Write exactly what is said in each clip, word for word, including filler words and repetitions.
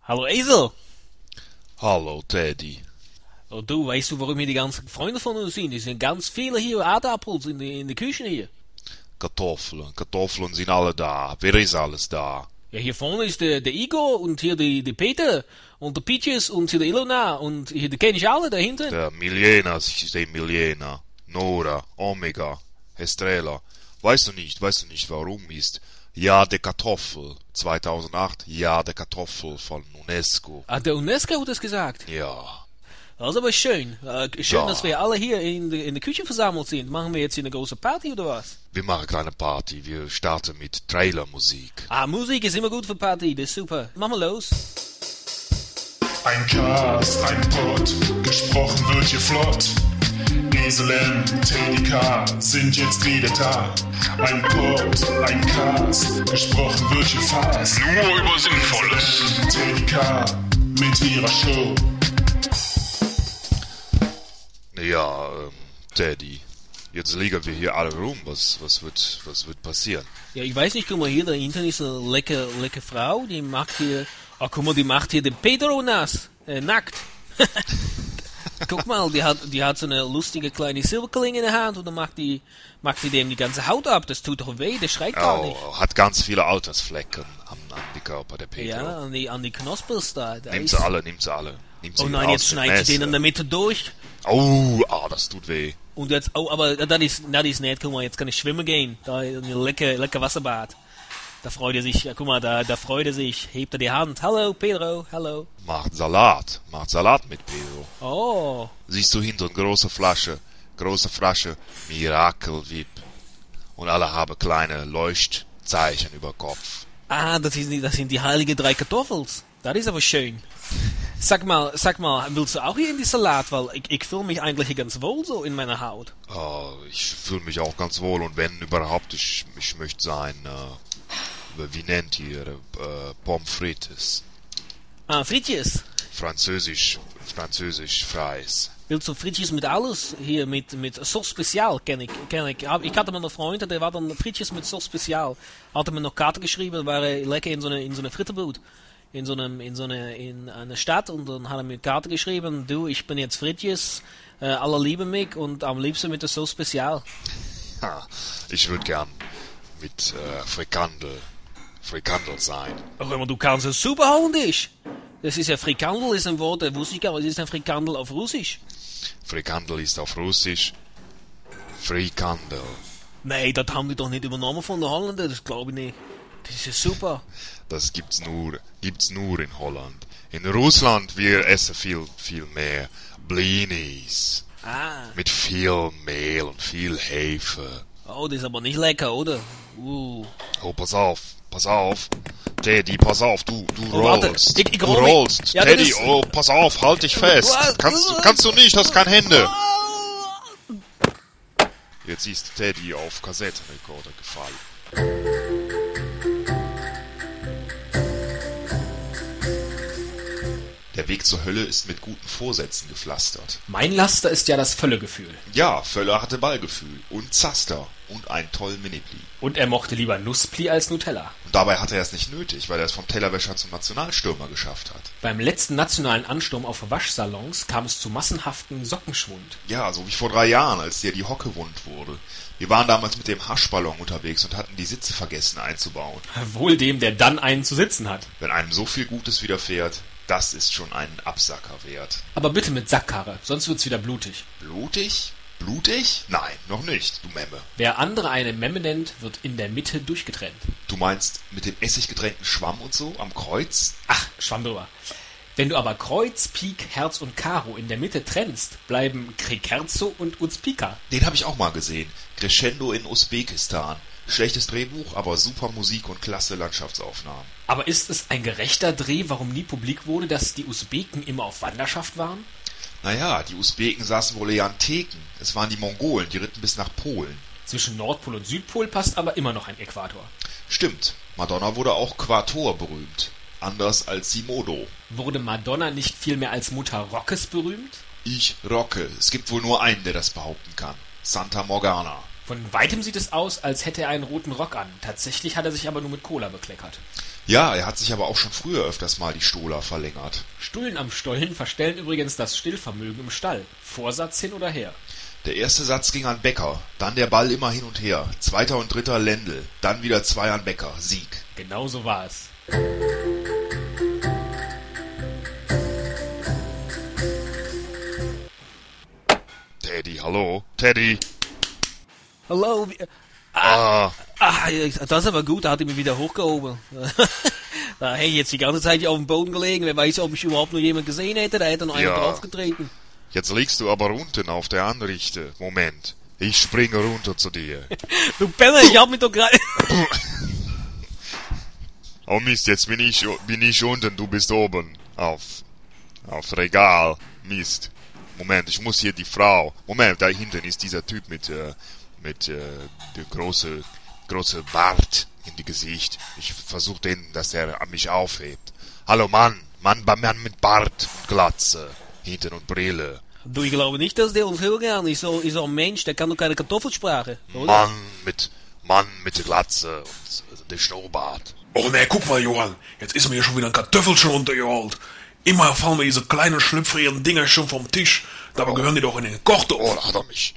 Hallo Esel. Hallo Teddy. Oh, du, weißt du, warum hier die ganzen Freunde von uns sind? Es sind ganz viele hier Aardappels in, die, in der Küche hier. Kartoffeln, Kartoffeln sind alle da. Wer ist alles da? Ja, hier vorne ist der, der Igor und hier die, die Peter und der Peaches und hier der Ilona und hier, die kenne ich alle da hinten. Der Milena, ich sehe Milena, Nora, Omega, Estrella. Weißt du nicht, weißt du nicht, warum ist Jahr der Kartoffel zweitausendacht Jahr der Kartoffel von UNESCO? Ah, der UNESCO hat das gesagt. Ja. Das ist aber schön. Äh, schön, Ja. dass wir alle hier in der, in der Küche versammelt sind. Machen wir jetzt hier eine große Party oder was? Wir machen eine kleine Party. Wir starten mit Trailermusik. Ah, Musik ist immer gut für Party. Das ist super. Mach mal los. Ein Cast, ein Pod, gesprochen wird hier flott. Esel M, Teddy K sind jetzt wieder da. Ein Pod, ein Cast, gesprochen wird hier fast. Nur über Sinnvolles. Teddy K mit ihrer Show. Ja, ähm, Teddy. Jetzt liegen wir hier alle rum. Was, was wird, was wird passieren? Ja, ich weiß nicht, guck mal hier, da hinten ist eine lecker, lecker Frau, die macht hier, ah, guck mal, die macht hier den Pedro nass, äh, nackt. Guck mal, die hat, die hat so eine lustige kleine Silberklinge in der Hand und dann macht die, macht die dem die ganze Haut ab. Das tut doch weh, der schreit gar nicht. Oh, hat ganz viele Altersflecken am, am die Körper der Pedro. Ja, an die, an die Knospers da. da Nimm ist- sie alle, nimm sie alle. Nimm sie Oh nein, raus jetzt mit schneidet sie den in der Messer. Mitte durch. Oh, ah, das tut weh. Und jetzt, oh, aber das ist, das ist nicht, guck mal, jetzt kann ich schwimmen gehen. Da ein lecker, lecker Wasserbad. Da freut er sich, ja, guck mal, da, da freut er sich, hebt er die Hand. Hallo, Pedro, hallo. Macht Salat. Macht Salat mit Pedro. Oh, Siehst du hinten große Flasche, große Flasche Miracle Whip. Und alle haben kleine Leuchtzeichen über Kopf. ah, das, ist, die- das sind die heiligen drei Kartoffels. Das ist aber schön. Sag mal, sag mal, willst du auch hier in die Salat? Weil ich, ich fühle mich eigentlich hier ganz wohl so in meiner Haut. Oh, ich fühle mich auch ganz wohl und wenn überhaupt, ich, ich möchte sein, äh, wie nennt ihr, äh, Pommes frites. Ah, Frittjes. Französisch, Französisch Fries. Willst du Frittjes mit alles? Hier mit, mit Sauce Spezial, kenn ich, kenn ich. Hab- Ich hatte mal einen Freund, der war dann Frittjes mit Sauce Spezial. Hatte mir noch Karte geschrieben, war er lecker in so eine, in so eine Fritterboot. In so einem, in so eine, in einer Stadt und dann hat er mir Karte geschrieben, du, ich bin jetzt Frittjes, äh, alle lieben mich und am liebsten mit der Sauce Spezial. Ha, ich würde gern mit äh, Frikandel, Frikandel sein. Ach, aber du kannst es super holländisch. Das ist ja Frikandel, ist ein Wort, das wusste ich gar nicht. Was ist ein Frikandel auf Russisch? Frikandel ist auf Russisch Frikandel. Nee, das haben die doch nicht übernommen von den Holländern, das glaube ich nicht. Das ist ja super. Das gibt's nur, gibt's nur in Holland. In Russland, wir essen viel, viel mehr Blinis. Ah, Mit viel Mehl und viel Hefe. oh, das ist aber nicht lecker, oder? Uh. Oh, pass auf, pass auf. Teddy, pass auf, du, du Oh, warte. rollst. Ich- ich du roll mich. rollst. Ja, das Teddy, ist- oh, pass auf, halt dich fest. Was? Kannst du, kannst du nicht, hast keine Hände. Jetzt ist Teddy auf Kassettenrekorder gefallen. Der Weg zur Hölle ist mit guten Vorsätzen gepflastert. Mein Laster ist ja das Völlegefühl. Ja, Völler hatte Ballgefühl und Zaster und einen tollen Minipli. Und er mochte lieber Nusspli als Nutella. Und dabei hatte er es nicht nötig, weil er es vom Tellerwäscher zum Nationalstürmer geschafft hat. Beim letzten nationalen Ansturm auf Waschsalons kam es zu massenhaftem Sockenschwund. Ja, so wie vor drei Jahren, als dir die Hocke wund wurde. Wir waren damals mit dem Haschballon unterwegs und hatten die Sitze vergessen einzubauen. Wohl dem, der dann einen zu sitzen hat. Wenn einem so viel Gutes widerfährt, das ist schon einen Absacker wert. Aber bitte mit Sackkarre, sonst wird's wieder blutig. Blutig? Blutig? Nein, noch nicht, du Memme. Wer andere eine Memme nennt, wird in der Mitte durchgetrennt. Du meinst mit dem essiggetränkten Schwamm und so am Kreuz? Ach, Schwamm drüber. Wenn du aber Kreuz, Pik, Herz und Karo in der Mitte trennst, bleiben Krikerzo und Uzpika. Den habe ich auch mal gesehen. Crescendo in Usbekistan. Schlechtes Drehbuch, aber super Musik und klasse Landschaftsaufnahmen. Aber ist es ein gerechter Dreh, warum nie publik wurde, dass die Usbeken immer auf Wanderschaft waren? Naja, die Usbeken saßen wohl eher an Theken. Es waren die Mongolen, die ritten bis nach Polen. Zwischen Nordpol und Südpol passt aber immer noch ein Äquator. Stimmt, Madonna wurde auch Quator berühmt. Anders als Simodo. Wurde Madonna nicht vielmehr als Mutter Rockes berühmt? Ich rocke. Es gibt wohl nur einen, der das behaupten kann. Santa Morgana. Von weitem sieht es aus, als hätte er einen roten Rock an. Tatsächlich hat er sich aber nur mit Cola bekleckert. Ja, er hat sich aber auch schon früher öfters mal die Stola verlängert. Stullen am Stollen verstellen übrigens das Stillvermögen im Stall. Vorsatz hin oder her. Der erste Satz ging an Becker, dann der Ball immer hin und her. Zweiter und dritter Lendl, dann wieder zwei an Becker. Sieg. Genau so war es. Teddy, hallo? Teddy. Hallo. Wie, Ah, ah, das ist aber gut, da hat er mich wieder hochgehoben. Da hätte ich jetzt die ganze Zeit hier auf dem Boden gelegen. Wer weiß, ob ich überhaupt noch jemand gesehen hätte. Da hätte noch einer Ja. draufgetreten. jetzt liegst du aber unten auf der Anrichte. Moment, ich springe runter zu dir. Du Penner, ich hab mich doch gerade... Oh Mist, jetzt bin ich, bin ich unten, du bist oben. Auf, auf Regal. Mist. Moment, ich muss hier die Frau... Moment, da hinten ist dieser Typ mit, äh, mit, äh, der große, große Bart in die Gesicht. Ich versuche den, dass er mich aufhebt. Hallo Mann, Mann, Mann mit Bart und Glatze. Hinten und Brille. Du, ich glaube nicht, dass der uns hören kann. Ist so, ist so ein Mensch, der kann doch keine Kartoffelsprache, oder? Mann mit, Mann mit der Glatze und der Schnurrbart. Oh ne, guck mal, Johann, jetzt ist mir hier schon wieder ein Kartoffelchen runtergeholt. Immer fallen mir diese kleinen schlüpfrigen Dinger schon vom Tisch. Dabei gehören die doch in den Kochtopf. Oh, da hat er mich.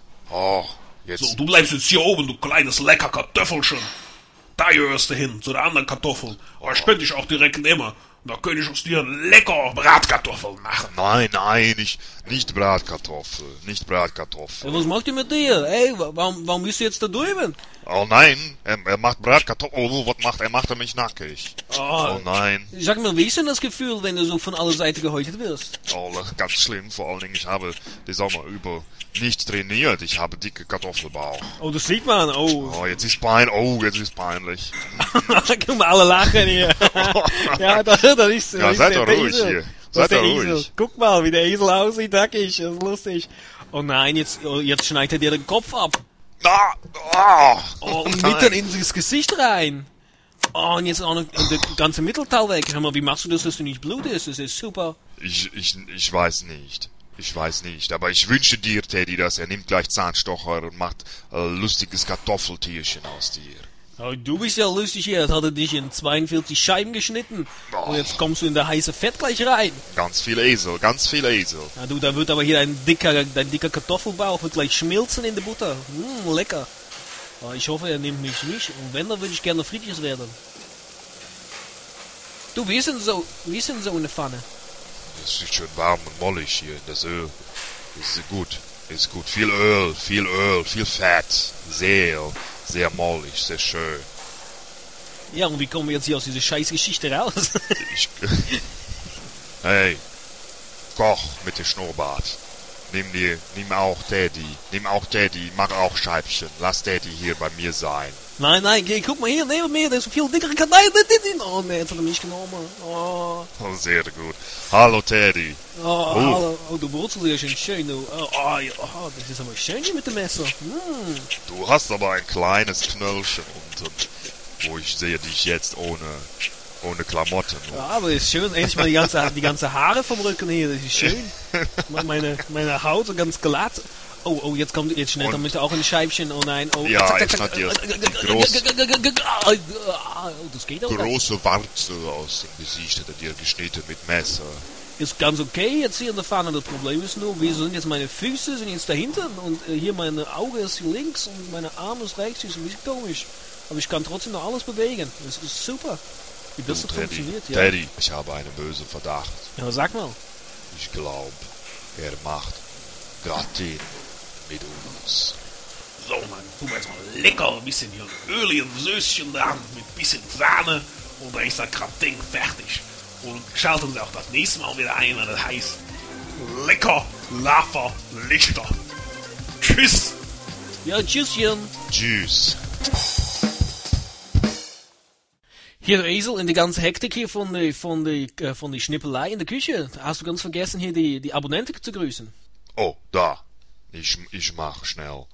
Oh, jetzt... So, du bleibst jetzt hier oben, du kleines lecker Kartoffelchen. Da gehörst du hin, zu der anderen Kartoffel. Aber ich könnte dich auch direkt nehmen. Da könnte ich aus dir lecker Bratkartoffeln machen. Nein, nein, nicht, nicht Bratkartoffel, nicht Bratkartoffel. Ey, was macht ihr mit dir? Ey, warum, warum bist du jetzt da drüben? Oh nein, er, er macht Bratkartoffel. Oh, was macht er? Macht er mich nackig. Oh, Oh nein, Sag mir, wie ist denn das Gefühl, wenn du so von aller Seite gehäutet wirst? oh, ganz schlimm. Vor allen Dingen, ich habe den Sommer über nicht trainiert. Ich habe dicke Kartoffelbauch. Oh, das sieht man. Oh, Oh, jetzt ist pein, oh, jetzt ist peinlich. guck mal, alle lachen hier. Ja, das, das ist, das Ja, ist seid der doch ruhig Esel. hier. Das Seid ist der doch Esel. ruhig. Guck mal, wie der Esel aussieht, nackig. Das ist lustig. Oh nein, jetzt, oh, jetzt schneidet er dir den Kopf ab. Ah, ah, Oh, und nein. mitten ins Gesicht rein. Oh, und jetzt auch noch das ganze Mittelteil weg. Hör mal, wie machst du das, dass du nicht blutest? Das ist super. Ich, ich, ich weiß nicht. Ich weiß nicht. Aber ich wünsche dir, Teddy, dass er nimmt gleich Zahnstocher und macht äh, lustiges Kartoffeltierchen aus dir. Oh, du bist ja lustig hier. Jetzt hat er dich in zweiundvierzig Scheiben geschnitten. Und jetzt kommst du in der heiße Fett gleich rein. Ganz viel Esel, ganz viel Esel. Ja, du, da wird aber hier dein dicker, dein dicker Kartoffelbauch wird gleich schmilzen in der Butter. Mm, lecker. Oh, ich hoffe, er nimmt mich nicht. Und wenn, dann würde ich gerne Friedrichs werden. Du, wie ist denn so, wie ist denn so eine Pfanne? Es ist schön warm und mollig hier in das Öl. Ist gut, ist gut. Viel Öl, viel Öl, viel Fett. Sehr, sehr mollig, sehr schön. Ja, und wie kommen wir jetzt hier aus dieser scheiß Geschichte raus? Ich, hey, Koch mit dem Schnurrbart. Nimm dir, nimm auch Teddy, nimm auch Teddy, mach auch Scheibchen. Lass Teddy hier bei mir sein. Nein, nein, geh, guck mal hier neben mir, der ist so viel dickere Kartoffeln. Nein, nein, nein, nein. Oh, nee, jetzt hat er mich genommen. Oh, Oh, sehr gut. Hallo Teddy. oh, hallo. Oh, du brutzelst ja schon schön, du. Oh, oh, ja, oh, das ist aber schön hier mit dem Messer. Hm. Du hast aber ein kleines Knöllchen unten, wo ich sehe dich jetzt ohne, ohne Klamotten. Ja, aber ist schön. Endlich mal die ganze, die ganze Haare vom Rücken hier, das ist schön. Meine, meine Haut so ganz glatt. Oh, oh, jetzt kommt, jetzt schneidet er Und- mit auch ein Scheibchen. Oh nein, oh. Ja, zack, jetzt zack, hat zack. ihr Äh, groß- Oh, das geht auch. Große Warze aus dem Gesicht hat er dir geschnitten mit Messer. Ist ganz okay jetzt hier in der Pfanne. Das Problem ist nur, wieso sind jetzt meine Füße sind jetzt dahinter und äh, hier meine Auge ist links und meine Arme ist rechts. Das ist ein bisschen komisch. Aber ich kann trotzdem noch alles bewegen. Das ist super. Wie das so Du, Teddy, funktioniert, ja. Teddy, ich habe einen bösen Verdacht. Ja, sag mal. Ich glaube, er macht Gattin mit uns. So, Mann, tu mal jetzt mal lecker ein bisschen hier öligen Söschen dran mit ein bisschen Sahne und dann ist das Gratin fertig. Und schalten Sie auch das nächste Mal wieder ein, wenn das heißt lecker, Lava, Lichter. Tschüss! Ja, tschüsschen. Tschüss. Hier der Esel in die ganze Hektik hier von der von der äh, von der Schnippelei in der Küche. Hast du ganz vergessen hier die die Abonnenten zu grüßen? Oh, da. Ich, ich mach schnell.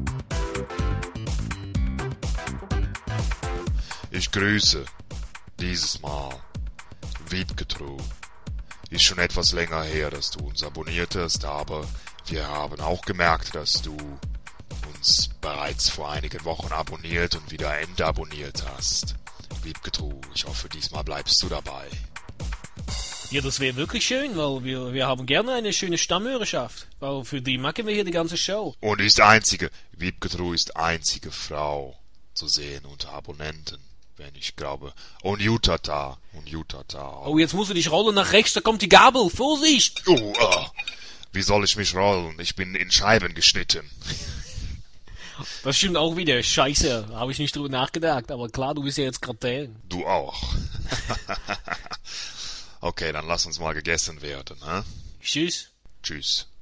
Ich grüße. Dieses Mal. Wiebgetru. Ist schon etwas länger her, dass du uns abonniert hast, aber wir haben auch gemerkt, dass du uns bereits vor einigen Wochen abonniert und wieder entabonniert hast. Wiebke, ich hoffe, diesmal bleibst du dabei. Ja, das wäre wirklich schön, weil wir, wir haben gerne eine schöne Stammhörerschaft. Weil für die machen wir hier die ganze Show. Und ist einzige, Wiebke ist einzige Frau zu sehen unter Abonnenten, wenn ich glaube. Und Jutata, und Jutata. Oh, jetzt musst du dich rollen nach rechts, da kommt die Gabel. Vorsicht! Oh, ah. Wie soll ich mich rollen? Ich bin in Scheiben geschnitten. Das stimmt auch wieder. Scheiße, habe ich nicht drüber nachgedacht. Aber klar, du bist ja jetzt gerade. Du auch. Okay, dann lass uns mal gegessen werden, hä? Tschüss. Tschüss.